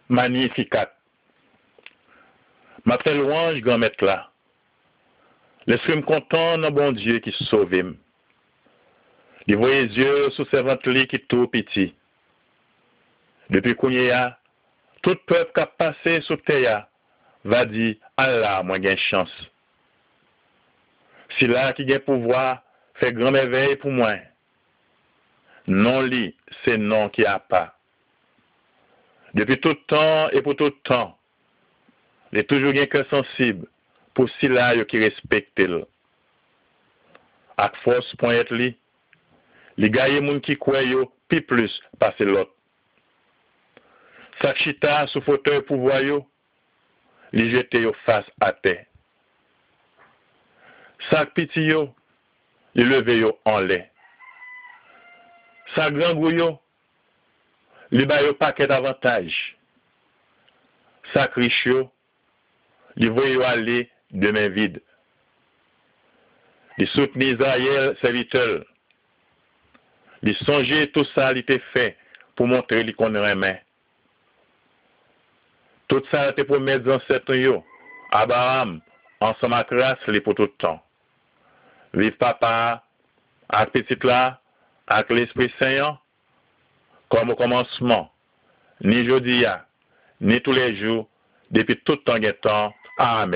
Magnificat. Ma très louange, grand maître là. Laisse-moi content dans bon Dieu qui sauve. Il voit les yeux sous servante qui tout petit. Depuis qu'on y a, tout peuple qui a passé sous terre va dire Allah, moi j'ai chance. Si là qui a pouvoir fait grand merveille pour moi. Non li, c'est non qui a pas. Depuis tout temps et pour tout temps, il est toujours un cœur sensible pour si là qui respecte le. Ak force point être li, les gagne moun qui croient yo pi plus passer l'autre. Sak chita sous fauteuil pouvoir yo, li jete yo face à terre. Sak piti yo, li leve yo en l'air. Sak grand gou yo, li ba yo paquet d'avantages. Sak riche yo, li voye yo aller de main vide. Li soutenir Israël serviteur. Li songer tout ça li te fait pour montrer li qu'on remet. Tout ça te pour mettre dans cette yo. Abraham, ensemble avec grâce li pour tout le temps. Vive papa, avec petit là, avec l'Esprit Saint, comme au commencement, ni jeudi, ni tous les jours, depuis tout temps et temps. Amen.